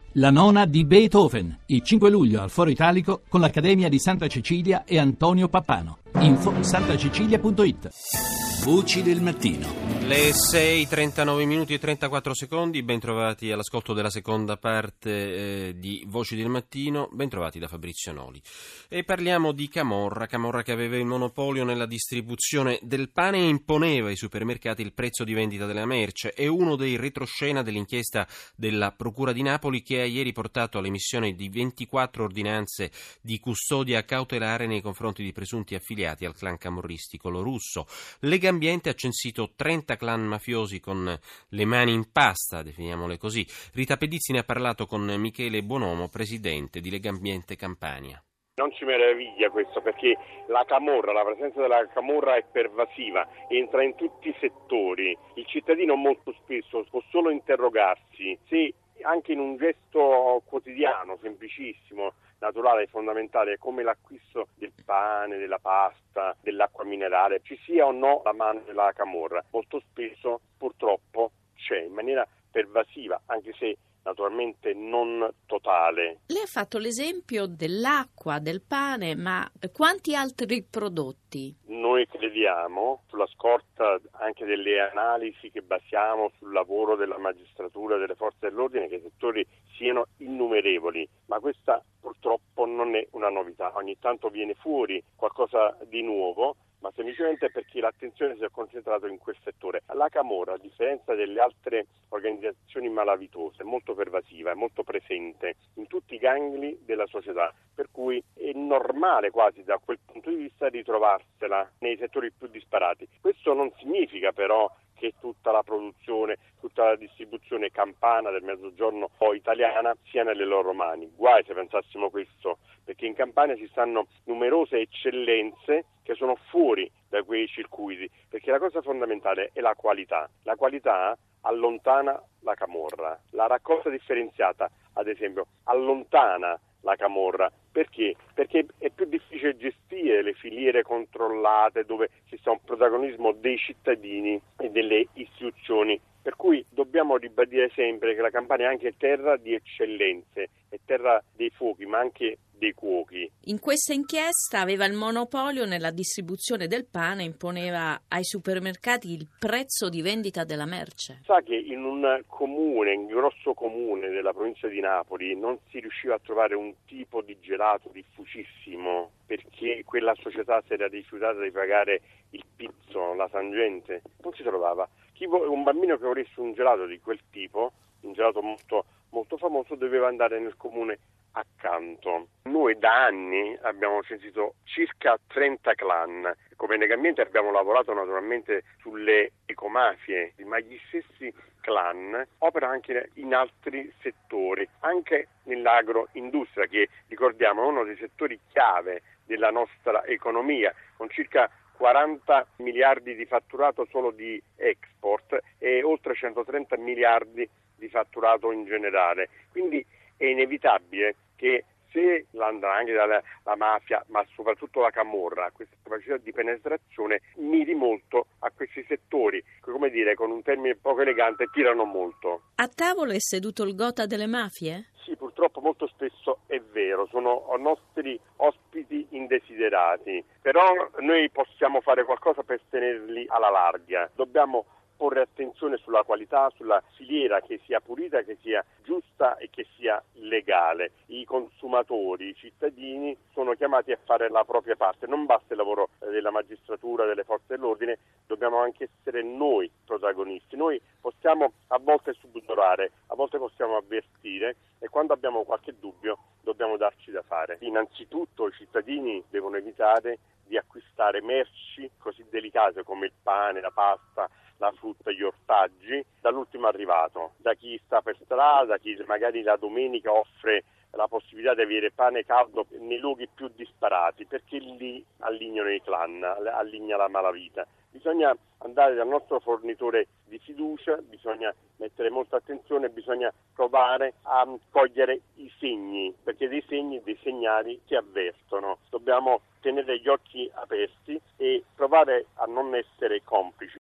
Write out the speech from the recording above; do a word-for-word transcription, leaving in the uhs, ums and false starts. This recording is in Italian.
La nona di Beethoven, il cinque luglio al Foro Italico con l'Accademia di Santa Cecilia e Antonio Pappano. Info santacecilia punto it. Voci del mattino. Le sei, trentanove minuti e trentaquattro secondi, ben trovati all'ascolto della seconda parte eh, di Voci del Mattino, ben trovati da Fabrizio Noli. E parliamo di Camorra, Camorra che aveva il monopolio nella distribuzione del pane e imponeva ai supermercati il prezzo di vendita della merce. È uno dei retroscena dell'inchiesta della Procura di Napoli che ha ieri portato all'emissione di ventiquattro ordinanze di custodia cautelare nei confronti di presunti affiliati al clan camorristico Lorusso. Legambiente ha censito trenta clan mafiosi con le mani in pasta, definiamole così. Rita Pedizzi ne ha parlato con Michele Buonomo, presidente di Legambiente Campania. Non ci meraviglia questo, perché la camorra, la presenza della camorra è pervasiva, entra in tutti i settori. Il cittadino molto spesso può solo interrogarsi se anche in un gesto quotidiano, semplicissimo, naturale e fondamentale, come l'acquisto del pane, della pasta, dell'acqua minerale, ci sia o no la mano della camorra. Molto spesso, purtroppo, c'è in maniera pervasiva, anche se naturalmente non totale. Lei ha fatto l'esempio dell'acqua, del pane, ma quanti altri prodotti? Noi crediamo, sulla scorta anche delle analisi che basiamo sul lavoro della magistratura e delle forze dell'ordine, che i settori siano innumerevoli, ma questa purtroppo non è una novità. Ogni tanto viene fuori qualcosa di nuovo, ma semplicemente perché l'attenzione si è concentrata in quel settore. La camorra, a differenza delle altre organizzazioni malavitose, è molto pervasiva, è molto presente in tutti i gangli della società, per cui è normale quasi da quel punto di vista ritrovarsela nei settori più disparati. Questo non significa però che tutta la produzione, tutta la distribuzione campana del mezzogiorno o italiana sia nelle loro mani. Guai se pensassimo questo, perché in Campania ci stanno numerose eccellenze che sono fuori da quei circuiti, perché la cosa fondamentale è la qualità. La qualità allontana la camorra. La raccolta differenziata, ad esempio, allontana la camorra. Perché? Perché è più difficile gestire le filiere controllate dove ci sta un protagonismo dei cittadini e delle istituzioni. Per cui dobbiamo ribadire sempre che la Campania è anche terra di eccellenze, è terra dei fuochi, ma anche dei cuochi. In questa inchiesta aveva il monopolio nella distribuzione del pane, imponeva ai supermercati il prezzo di vendita della merce. Sa che in un comune, in un grosso comune della provincia di Napoli, non si riusciva a trovare un tipo di gelato diffusissimo perché quella società si era rifiutata di pagare il pizzo, la tangente, non si trovava. Chi vo- un bambino che volesse un gelato di quel tipo, un gelato molto, molto famoso, doveva andare nel comune accanto. Noi da anni abbiamo censito circa trenta clan. Come Legambiente abbiamo lavorato naturalmente sulle ecomafie, ma gli stessi clan operano anche in altri settori, anche nell'agroindustria, che ricordiamo è uno dei settori chiave della nostra economia, con circa quaranta miliardi di fatturato solo di export e oltre centotrenta miliardi di fatturato in generale. Quindi è inevitabile che se l'andrangheta, la, la mafia, ma soprattutto la camorra, questa capacità di penetrazione miri molto a questi settori, che, come dire, con un termine poco elegante, tirano molto. A tavola è seduto il gotha delle mafie? Sì, purtroppo molto spesso è vero, sono nostri ospiti indesiderati, però noi possiamo fare qualcosa per tenerli alla larga. Dobbiamo porre attenzione sulla qualità, sulla filiera, che sia pulita, che sia giusta e che sia legale. I consumatori, i cittadini sono chiamati a fare la propria parte. Non basta il lavoro della magistratura, delle forze dell'ordine, dobbiamo anche essere noi protagonisti. Noi possiamo a volte subdolare, a volte possiamo avvertire e quando abbiamo qualche dubbio dobbiamo darci da fare. Innanzitutto i cittadini devono evitare di acquistare merci così delicate come il pane, la pasta, la frutta, gli ortaggi, dall'ultimo arrivato, da chi sta per strada, chi magari la domenica offre la possibilità di avere pane caldo nei luoghi più disparati, perché lì allineano i clan, allinea la malavita. Bisogna andare dal nostro fornitore di fiducia, bisogna mettere molta attenzione, bisogna provare a cogliere i segni, perché dei segni, dei segnali ci avvertono. Dobbiamo tenere gli occhi aperti e provare a non essere complici.